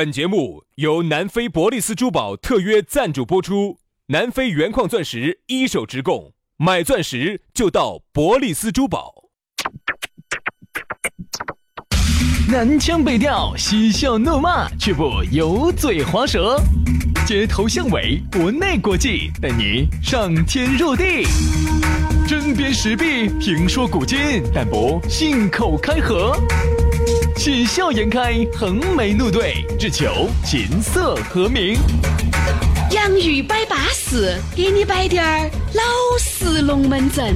本节目由南非伯利斯珠宝特约赞助播出，南非原矿钻石一手直供，买钻石就到伯利斯珠宝。 南腔北调，嬉笑怒骂，却不油嘴滑舌，街头巷尾，国内国际，带你上天入地，针砭时弊，评说古今，但不信口开河，喜笑颜开，横眉怒对，只求琴瑟和鸣。 洋芋摆巴士，给你摆点儿老式龙门阵。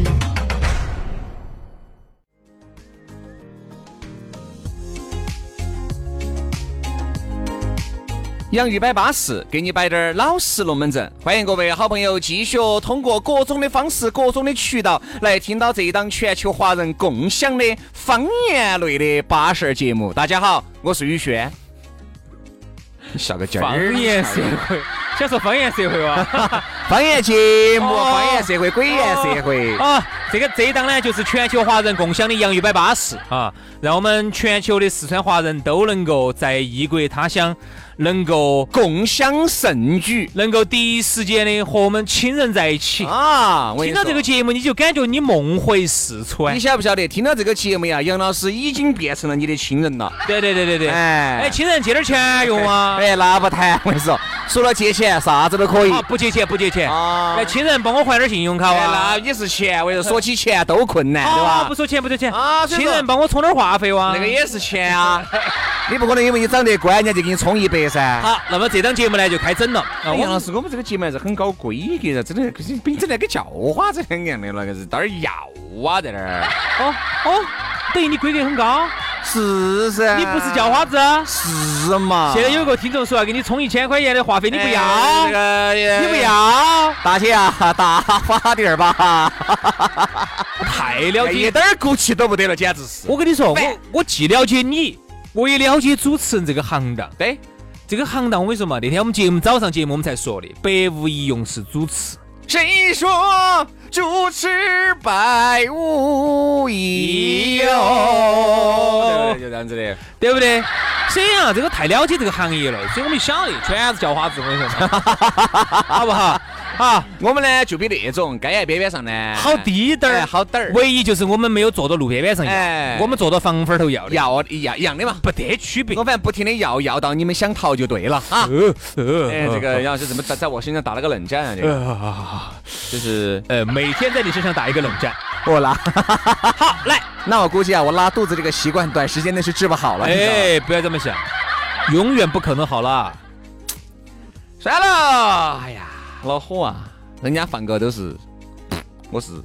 洋芋摆巴士，给你摆点老实龙门阵。欢迎各位好朋友继续通过各种的方式、各种的渠道来听到这一档全球华人共享的方言类的巴士节目。大家好，我是宇轩。你笑个劲儿！ 方言社会，想说方言社会哇？ 方言节目，方言社会，鬼言社会啊！这一档呢，就是全球华人共享的洋芋摆巴士啊，让我们全球的四川华人都能够在异国他乡能够共享盛举， 能够第一时间的和我们亲人在一起啊！ 听到这个节目，你就感觉你梦回四川。 你晓不晓得？听到这个节目呀，杨老师已经变成了你的亲人了。 对。哎，亲人借点钱用啊？ 哎，那不谈。我跟你说，除了借钱，啥子都可以。 不借钱啊！哎，亲人帮我还点信用卡啊？ 那也是钱。我跟你说，说起钱都困难，对吧？ 不说钱啊！亲人帮我充点话费哇？ 那个也是钱啊！你不可能因为你长得乖，人家就给你充100噻。 好，那么这档节目呢就开整了。 杨老师，我们这个节目还是很搞规格的，真的比整那个叫花子两样的那个是当然要啊，在那儿。 等于你规格很高。 是噻， 你不是叫花子啊？ 是嘛？ 现在有个听众说要给你充1000块钱的话费，你不要？你不要？ 大姐啊，大发点儿吧！ 太了解， 一点骨气都不得了，简直是。 我跟你说，我既了解你，我也了解主持人这个行当。 对， 这个行当我跟你说嘛，那天我们早上节目我们才说的，百无一用是主持。 谁说主持百无一用？对，就这样子的， 对不对？谁呀？这个太了解这个行业了，所以我们晓得全是叫花子，我跟你说，好不好？啊， 我们呢就比那种街沿边边上呢好低点儿， 好点儿。 唯一就是我们没有坐到路边边上，我们坐到房缝头要一样的嘛， 不得区别。 我反正不停的要到你们想逃就对了啊。这个杨老师怎么在我身上打了个冷战啊？这个就是每天在你身上打一个冷战。 我拉好来， 那我估计啊，我拉肚子这个习惯短时间内是治不好了。 哎，不要这么想，永远不可能好了。 算了，哎呀。老火啊！人家放歌都是，我是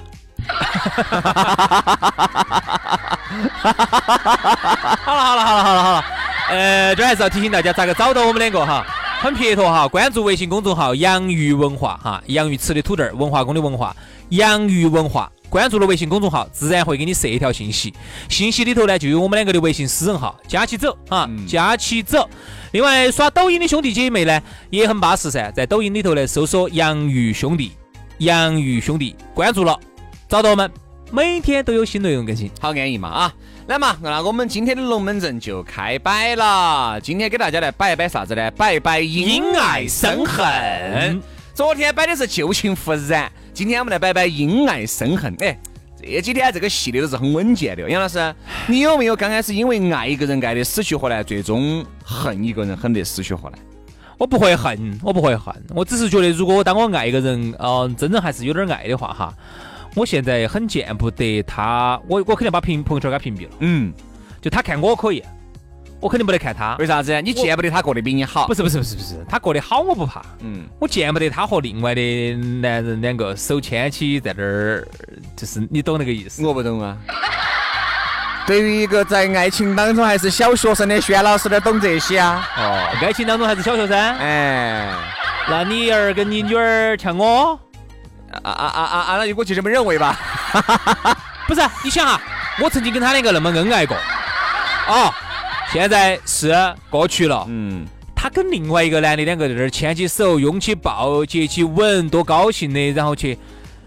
好了，这还是要提醒大家咋个找到我们两个哈，很撇脱哈，关注微信公众号洋芋文化哈，洋芋吃的土豆，文化宫的文化，洋芋文化。关注了微信公众号，自然会给你设一条信息，信息里头呢就有我们两个的微信私人号，加起走啊，加起走。另外刷抖音的兄弟姐妹呢也很巴适噻，在抖音里头呢搜索洋芋兄弟，关注了找到我们，每天都有新内容更新， 好安逸嘛啊！来嘛，那我们今天的龙门阵就开摆了。今天给大家来摆一摆啥子呢？摆一摆因爱生恨。昨天摆的是旧情复燃，今天我们来摆摆因爱生恨。哎，这几天这个系列都是很稳健的。杨老师，你有没有刚开始因为爱一个人爱的死去活来，最终恨一个人恨得死去活来？ 我不会恨，我只是觉得如果当我爱一个人，真正还是有点爱的话哈，我现在很见不得他，我肯定把朋友圈给他屏蔽了。就他看我可以，我肯定不得看他。 为啥子？你见不得他过得比你好？ 不是，他过得好我不怕。我见不得他和另外的男人两个手牵起在那儿，就是你懂那个意思。 我不懂啊。对于一个在爱情当中还是小学生的轩老师的懂这些啊。 爱情当中还是小学生。 哎， 那你儿跟你女儿像我？ 那你过去这么认为吧？ 不是，你想啊，我曾经跟他两个那么恩爱过。现在是过去了。他跟另外一个男的两个在这儿牵起手，拥起抱，接起吻，多高兴的，然后去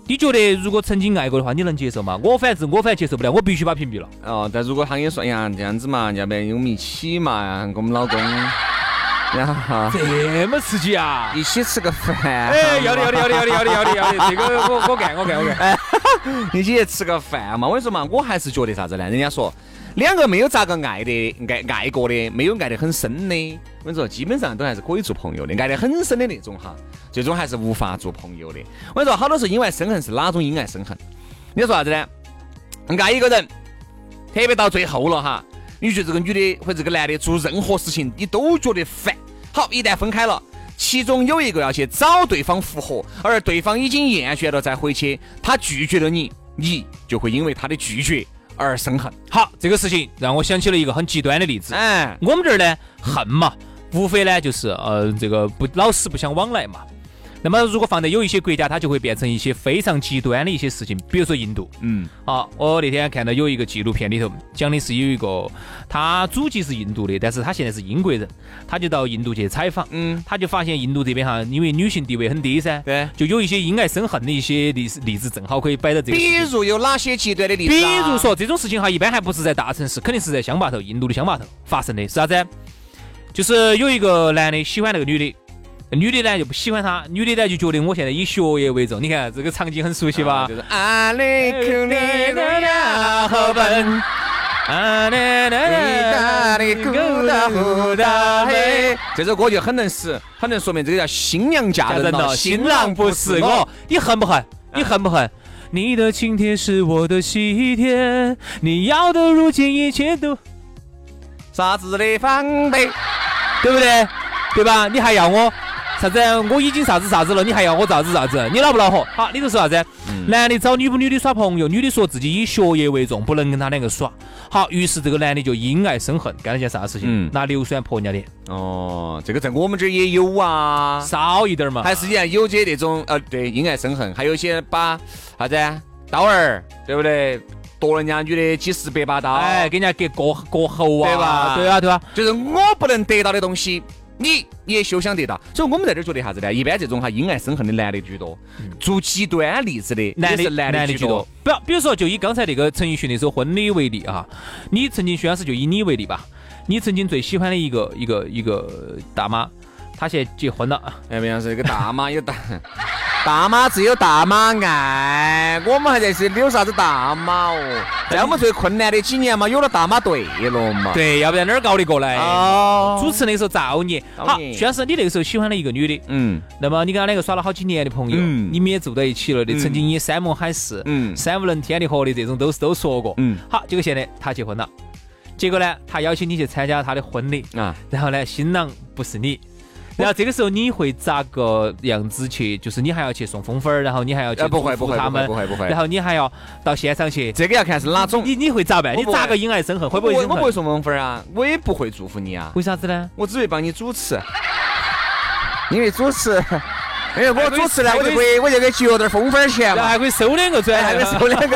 你觉得如果曾经爱过的话，你能接受吗？我反正接受不了，我必须把屏蔽了。 哦，但如果他跟你说呀这样子嘛，要不然我们一起嘛，跟我们老公，然后这么刺激啊！ 一起吃个饭。 哎，要的，这个我干。 一起吃个饭嘛，我跟你说嘛，我还是觉得啥子呢？人家说两个没有咋个爱过的，没有爱得很深的，我跟你说，基本上都还是可以做朋友的。爱得很深的那种哈，最终还是无法做朋友的。我跟你说，好多时候因爱生恨是哪种因爱生恨？你说啥子呢？爱一个人，特别到最后了哈，你觉得这个女的或者这个男的做任何事情，你都觉得烦。好，一旦分开了。其中有一个要去找对方复合，而对方已经厌倦了再回去，他拒绝了你，你就会因为他的拒绝而生恨。 好，这个事情让我想起了一个很极端的例子。我们这儿呢，恨嘛，无非呢就是这个不老死不相往来嘛。那么如果放在有一些国家，它就会变成一些非常极端的一些事情，比如说印度。好，我那天看到有一个纪录片里头讲的是有一个他祖籍是印度的，但是他现在是英国人，他就到印度去采访。他就发现印度这边哈，因为女性地位很低噻， 对， 就有一些因爱生恨的一些例子，正好可以摆到这个。 比如有哪些极端的例子？ 比如说这种事情哈，一般还不是在大城市，肯定是在乡坝头，印度的乡坝头发生的。是啥子？就是有一个男的喜欢那个女的。女的呢就不喜欢他，女的呢就觉得我现在以学业为重。你看这个场景很熟悉吧？ 就是阿里库尼的呀好笨，阿里达里古达胡达嘿。这首歌就很能说明这个叫新娘嫁人了，新郎不是我。 你恨不恨？你恨不恨？你的请帖是我的喜帖，你要的如今一切都啥子的防备， 对不对？对吧？你还要我？啥子？我已经啥子了，你还要我啥子？你恼不恼火？好，你就说啥子？男的找女的耍朋友，女的说自己以学业为重，不能跟他两个耍。好，于是这个男的就因爱生恨，干了件啥事情？拿硫酸泼人家脸。 哦，这个在我们这儿也有啊， 少一点嘛。 还是一样有些那种对，因爱生恨，还有一些把啥子刀儿，对不对？剁人家女的几十百把刀， 哎，给人家给割喉啊， 对吧？ 对啊， 就是我不能得到的东西。你也休想得到，所以我们在这儿觉得啥子呢？一般这种哈因爱生恨的男的居多，做极端例子的男的居多。 比如说，就以刚才那个陈奕迅那首《婚礼》为例啊，你曾经徐老师就以你为例吧，你曾经最喜欢的一个大妈，她现在结婚了， 哎，杨是一个大妈有大妈只有大妈爱，我们还在是有啥子大妈哦？在我们最困难的几年嘛，有了大妈对了嘛？ 对，要不然哪儿搞得过来？ 哦， 主持那时候造孽。好，徐老师，你那个时候喜欢了一个女的，那么你跟她两个耍了好几年的朋友，你们也住在一起了的，曾经也山盟海誓，山无棱天地合的这种都说过，好，结果现在她结婚了，结果呢，她邀请你去参加她的婚礼啊，然后呢，新郎不是你。然后这个时候你会咋个样子去？就是你还要去送风粉，然后你还要去不会他们，然后你还要到现场去。 这个要看是哪种。 你会咋办？你咋个因爱生恨？会不会？ 我不会送风粉啊，我也不会祝福你啊。 为啥子呢？ 我只会帮你主持，因为主持。因为我主持呢，我就给节约点风粉钱嘛， 还可以收2个转， 对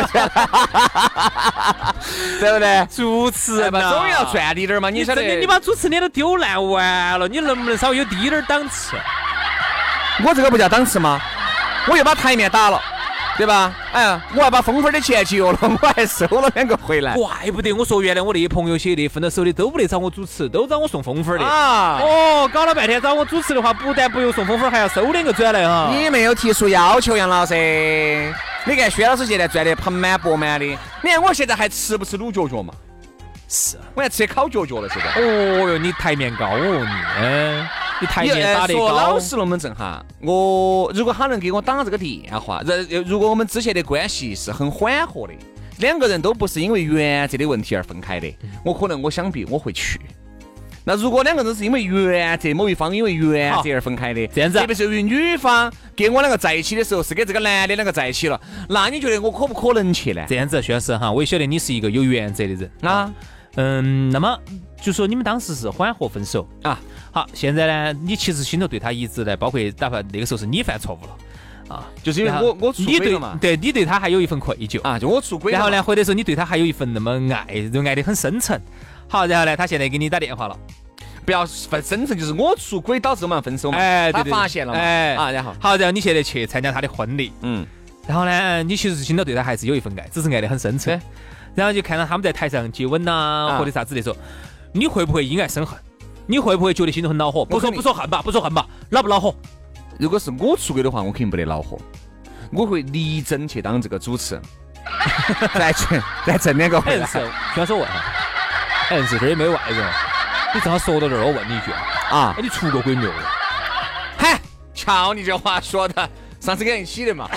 不对？ 主持嘛， 总要赚滴点嘛。你晓得， 你把主持脸都丢烂完了，你能不能稍微有低点档次？ 我这个不叫档次吗？我又把台面打了。对吧？哎呀，我还把风粉的钱节约了，我还收了2个回来。 怪不得我说原来我那些朋友些的分到手的都不得找我主持，都找我送风粉的啊！哦，搞了半天找我主持的话，不但不用送风粉，还要收2个转来哈。 你没有提出要求，杨老师。你看薛老师现在赚得盆满钵满的，你看我现在还吃不吃卤角角嘛？ 是， 我还吃烤角角了现在。 哦哟，你台面高哦你。你台面打得高。 说老实龙门阵哈，我如果他能给我打这个电话，如果我们之前的关系是很缓和的，2个人都不是因为原则的问题而分开的，我想必我会去。那如果2个人是因为原则，某一方因为原则而分开的， 这样子， 特别是由于女方跟我2个在一起的时候是跟这个男的2个在一起了，那你觉得我可不可能去呢？ 这样子，徐老师哈，我也晓得你是一个有原则的人啊。那么就说你们当时是缓和分手啊。好，现在呢，你其实心头对他一直呢，包括哪怕那个时候是你犯错误了啊， 就是因为我出轨了嘛， 对你对他还有一份愧疚啊，就我出轨了。 然后呢，或者说你对他还有一份那么爱，就爱得很深沉。好，然后呢，他现在给你打电话了， 不要分深层，就是我出轨导致我们分手嘛。 哎，对他发现了嘛。 哎啊，然后好，然后你现在去参加他的婚礼， 然后呢，你其实心头对他还是有一份爱，只是爱得很深沉。然后就看到他们在台上接吻呐，或者啥子那种，你会不会因爱生恨？你会不会觉得心头很恼火？不说恨吧，恼不恼火？ 如果是我出轨的话，我肯定不得恼火，我会力争去当这个主持人，再挣2个回来。 徐老师问哈，是这儿也没外人，你正好说到这儿，我问你一句啊，你出过轨没有？ 嗨，瞧你这话说的，上次跟你起的嘛。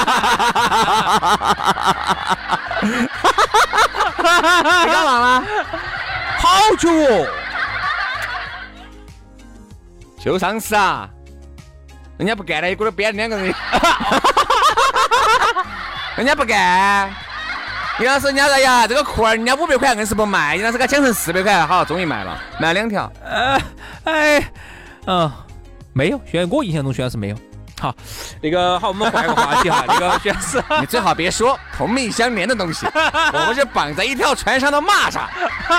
你干嘛了？ 好久哦， 就上次啊，人家不干了，一股儿编2个人，人家不干。杨老师，人家哎呀，这个裤儿人家500块硬是不卖，杨老师给他讲成400块，好，终于卖了，卖了2条。 没有，我印象中徐老师没有。好，那个好，我们换一个话题哈。那个徐老师， 你最好别说同命相连的东西，我们是绑在一条船上的蚂蚱，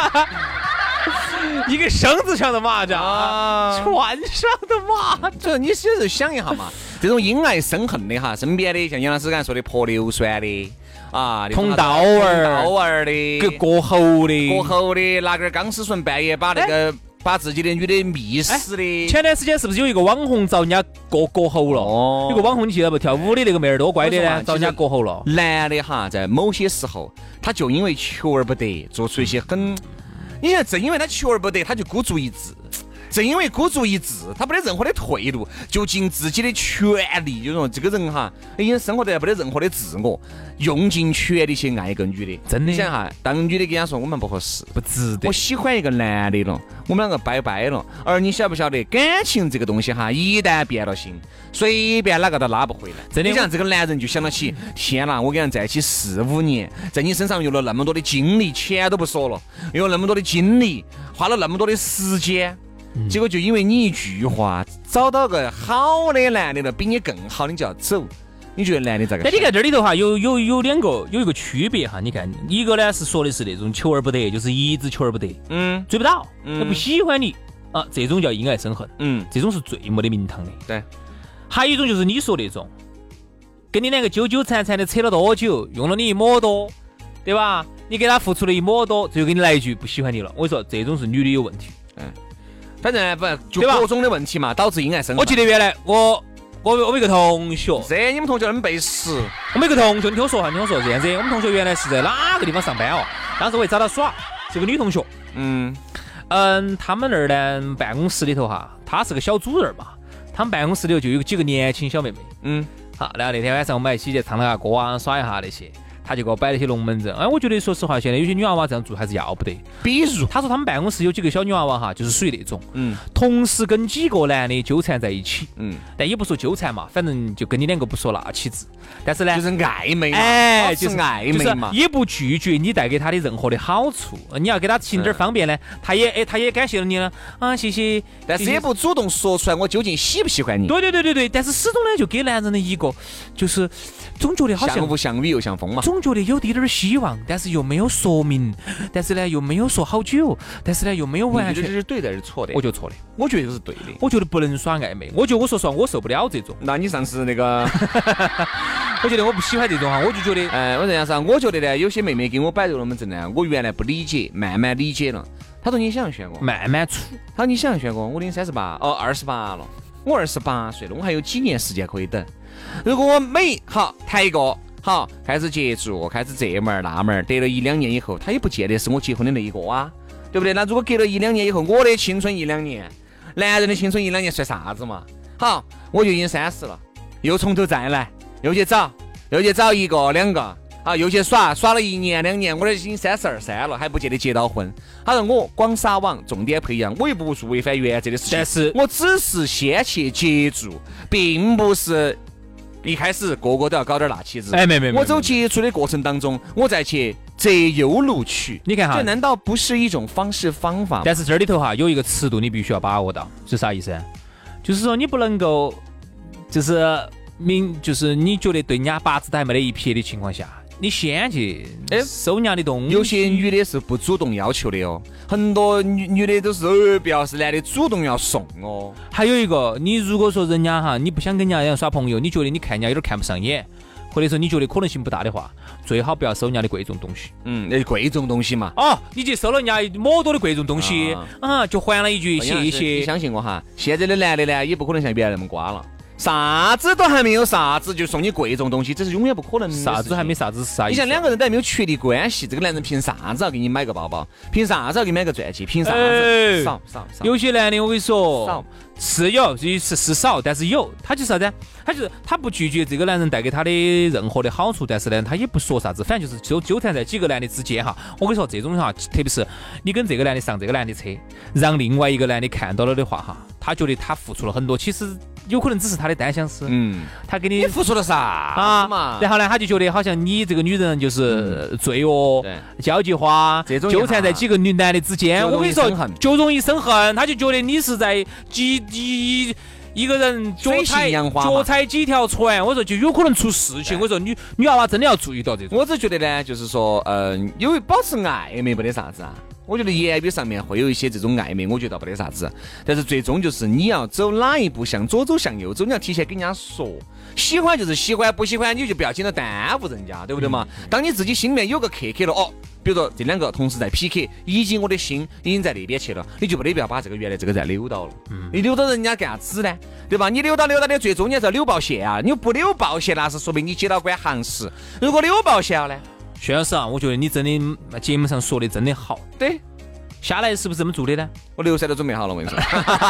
一个绳子上的蚂蚱啊，船上的蚂蚱。 这你其实想一下嘛，这种因爱生恨的哈，身边的像杨老师刚才说的泼硫酸的啊， 捅刀儿的， 割喉的，拿根钢丝绳半夜把自己的女的密死的。 前段时间是不是有一个网红遭人家割喉了？有个网红你记得不？跳舞的那个妹儿多乖的呢，遭人家割喉了。 男的哈，在某些时候，他就因为求而不得，做出一些很，你看，正因为他求而不得，他就孤注一掷。正因为孤注一掷，他没得任何的退路，就尽自己的全力，就说这个人哈，已经生活得没得任何的自我，用尽全力去爱一个女的。 真的， 你想哈，当女的跟他说我们不合适， 不值得， 我喜欢一个男的了，我们两个拜了。而你晓不晓得，感情这个东西哈，一旦变了心，随便哪个都拉不回来。 真的， 你想这个男人就想到起，天哪，我跟人在一起4、5年，在你身上用了那么多的精力，钱都不说了，用了那么多的精力，花了那么多的时间。结果就因为你一句话，找到个好的男的了，比你更好，你就要走。你觉得男的咋个？ 那你看这里头哈，有一个区别哈。你看，一个呢是说的是那种求而不得，就是一直求而不得，追不到，他不喜欢你啊，这种叫因爱生恨，这种是最没得名堂的。 对， 还有一种就是你说那种，跟你两个纠纠缠缠的扯了多久，用了你1抹多，对吧？你给他付出了1抹多，最后给你来一句不喜欢你了。我跟你说，这种是女的有问题。 反正不就各种的问题嘛，导致因爱生恨。 我记得原来我们一个同学， 你们同学那么背时， 我们一个同学，你听我说这样子，我们同学原来是在哪个地方上班哦？当时我也找他耍，是个女同学。他们那儿呢办公室里头哈，他是个小主任嘛，他们办公室里头就有几个年轻小妹妹。好，然后那天晚上我们一起去唱了下歌啊，耍一下那些。他就给我摆了一些龙门阵，我觉得说实话，现在有些女娃娃这样做还是要不得。 比如， 他说他们办公室有几个小女娃娃哈，就是属于那种，同时跟几个男的纠缠在一起，但也不说纠缠嘛，反正就跟你两个不说那起子，但是呢， 就是暧昧嘛， 就是暧昧嘛， 也不拒绝你带给他的任何的好处，你要给他行点方便呢，他也感谢了你了啊，谢谢， 但是也不主动说出来我究竟喜不喜欢你。 对，但是始终呢就给男人的一个就是总觉得好像像雾像雨又像风嘛。 总觉得有滴点希望，但是又没有说明，但是呢又没有说好久，但是呢又没有完全。 这是对的还是错的？ 我觉得错的。 我觉得就是对的。 我觉得不能耍暧昧。我觉得我说实话，我受不了这种。 那你上次那个， 我觉得我不喜欢这种哈，我就觉得， 我这样子，我觉得呢，有些妹妹给我摆这龙门阵呢，我原来不理解，慢慢理解了。他说你想选我， 慢慢处。 他说你想选我，我领28，哦，28了，我28岁了，我还有几年时间可以等。如果我好谈一个。好，开始接触，开始这门儿那门儿，得了1、2年以后，他也不见得是我结婚的那一个啊，对不对？那如果隔了1、2年以后，我的青春1、2年，男人的青春1、2年算啥子嘛？好，我就已经30了，又从头再来，又去找1个2个，啊，又去耍了1年2年，我都已经32、3了，还不见得结到婚。他说我光撒网，重点培养，我又不是违反原则的事情， 但是我只是先去接触，并不是。一开始个个都要搞点大旗子， 没， 我走接触的过程当中，我再去择优录取。 你看哈， 这难道不是一种方式方法吗？ 但是这里头哈有一个尺度，你必须要把握到，是啥意思？就是说你不能够，就是你觉得对人家八字都还没得一撇的情况下，你先去收人家的东西。 有些女的是不主动要求的哦，很多女的都是不要是男的主动要送哦。 还有一个，你如果说人家哈，你不想跟人家耍朋友，你觉得你看人家有点看不上眼，或或者说你觉得可能性不大的话，最好不要收人家的贵重东西。 那贵重东西嘛。 哦，你去收了人家摩多的贵重东西就还了一句谢谢。 你相信我哈，现在的男的呢，也不可能像原来那么瓜了。啥子都还没有，啥子就送你贵重东西，这是永远不可能的。 啥子还没啥子是啥？ 你想两个人都还没有确立关系，这个男人凭啥子要给你买个包包？凭啥子要给你买个钻戒？凭啥子？少。 有些男的我跟你说，是有是少，但是有，他就是啥子？他不拒绝这个男人带给他的任何的好处，但是呢，他也不说啥子，反正就是纠缠在几个男的之间哈。我跟你说，这种哈，特别是你跟这个男的上这个男的车，让另外一个男的看到了的话哈，他觉得他付出了很多，其实有可能只是他的单相思。他给你付出了啥嘛？ 然后呢，他就觉得好像你这个女人就是罪恶、交际花，纠缠在几个男的之间。我跟你说，就容易生恨，他就觉得你是在一个人脚踩几条船，我说就有可能出事情。我说女娃娃真的要注意到这种。 我只觉得呢，就是说，有保持暧昧没得啥子啊。我觉得言语上面会有一些这种暧昧，我觉得没得啥子。但是最终就是你要走哪一步，向左走向右走，你要提前跟人家说。喜欢就是喜欢，不喜欢你就不要紧到耽误人家，对不对嘛？当你自己心里面有个刻了哦，比如说这两个同时在 PK， 以及我的心已经在那边去了，你就没得必要把这个原来这个再扭到了。你扭到人家干啥子呢？对吧？你扭到的最终你要扭爆线啊！你不扭爆线，那是说明你接到关行实。如果扭爆线了呢？ 薛老师啊，我觉得你真的节目上说的真的好。 对， 下来是不是这么做的呢？ 我流水都准备好了，我跟你说。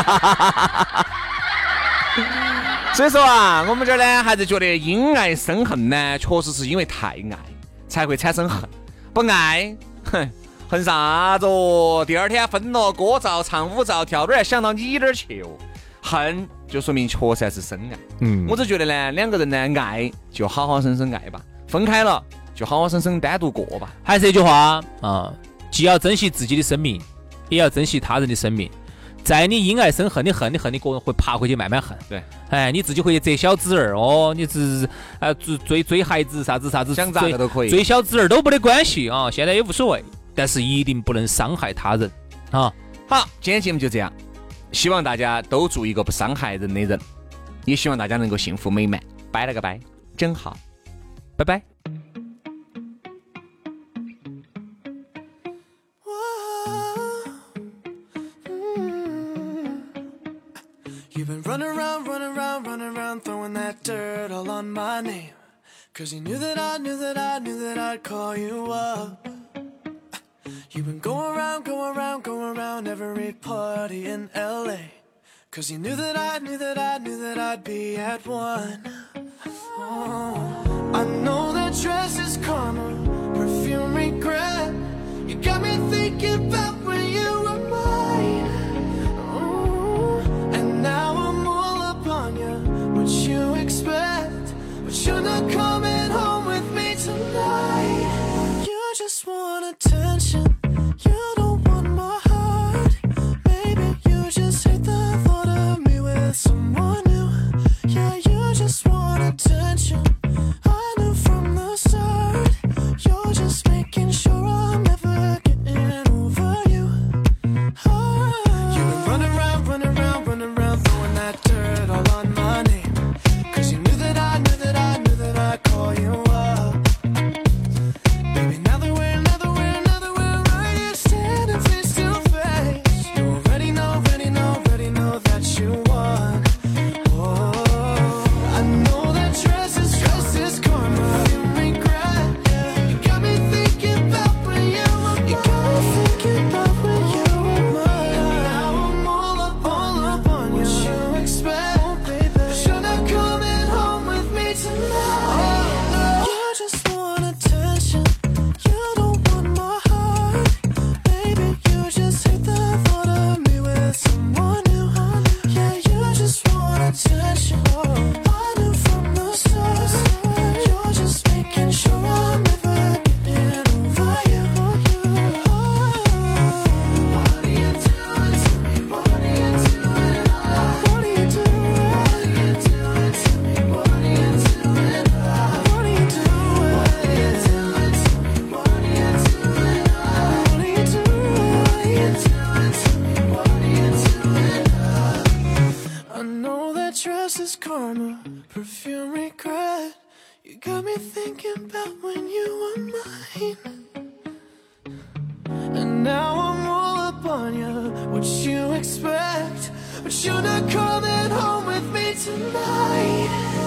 所以说啊，我们这儿呢还是觉得因爱生恨呢，确实是因为太爱才会产生恨，不爱，恨啥子哦？第二天分了，歌照唱舞照跳，哪儿想到你哪儿去哦？恨就说明确实还是深爱。我只觉得呢，两个人呢爱就好好生生爱吧，分开了就好好生生单独过吧。 还是一句话啊，既要珍惜自己的生命，也要珍惜他人的生命。在你因爱生恨，你恨你个人会爬回去慢慢恨。 对， 哎，你自己会折小子儿哦，你是追孩子啥子， 想咋个都可以， 追小子儿都没得关系啊，现在也无所谓，但是一定不能伤害他人啊。 好，今天节目就这样，希望大家都做一个不伤害人的人，也希望大家能够幸福美满。拜了个拜，真好，拜拜。 You've been running around, throwing that dirt all on my name. Cause you knew that I'd call you up. You've been going around every party in LA. Cause you knew that I'd be at one. Oh, I know that dress is karma, perfume regret. You got me thinking about when you were mine. Now I'm all up on you, what you expect, but you're not coming home with me tonight. You just want attention, you don't want my heart. Maybe you just hate the thought of me with someone new. Yeah, you just want attention, I knew from the start. You're just making sure I'm never getting over you. You've been running around throwing that dirt all on my name. Cause you knew that I'd call you up. Baby, now that we're right here standing face to face, you already know that you won. Oh, I know that dress is karma, you regret. Yeah, you got me thinking about when you were mine. You got me thinking about when you were mine. And now I'm all up on you. What you expect, oh, baby, but you're not coming home with me tonight. You just want attention, you don't want my heart. Baby, you just hate the thought of me with someone new. Yeah, you just want attention, I knew from the start. You're just making sure I'm never getting over you. What are you doing to me? What are you doing? What are you doing to me? What are you doing? What are you doing? What are you doing to me? What are you doing? What are you doing to me? What are you doing? I know that dress is karma, perfume regret. You got me thinking about when you were mine. And now I'm all up on you. What you expect? But you're not coming home with me tonight.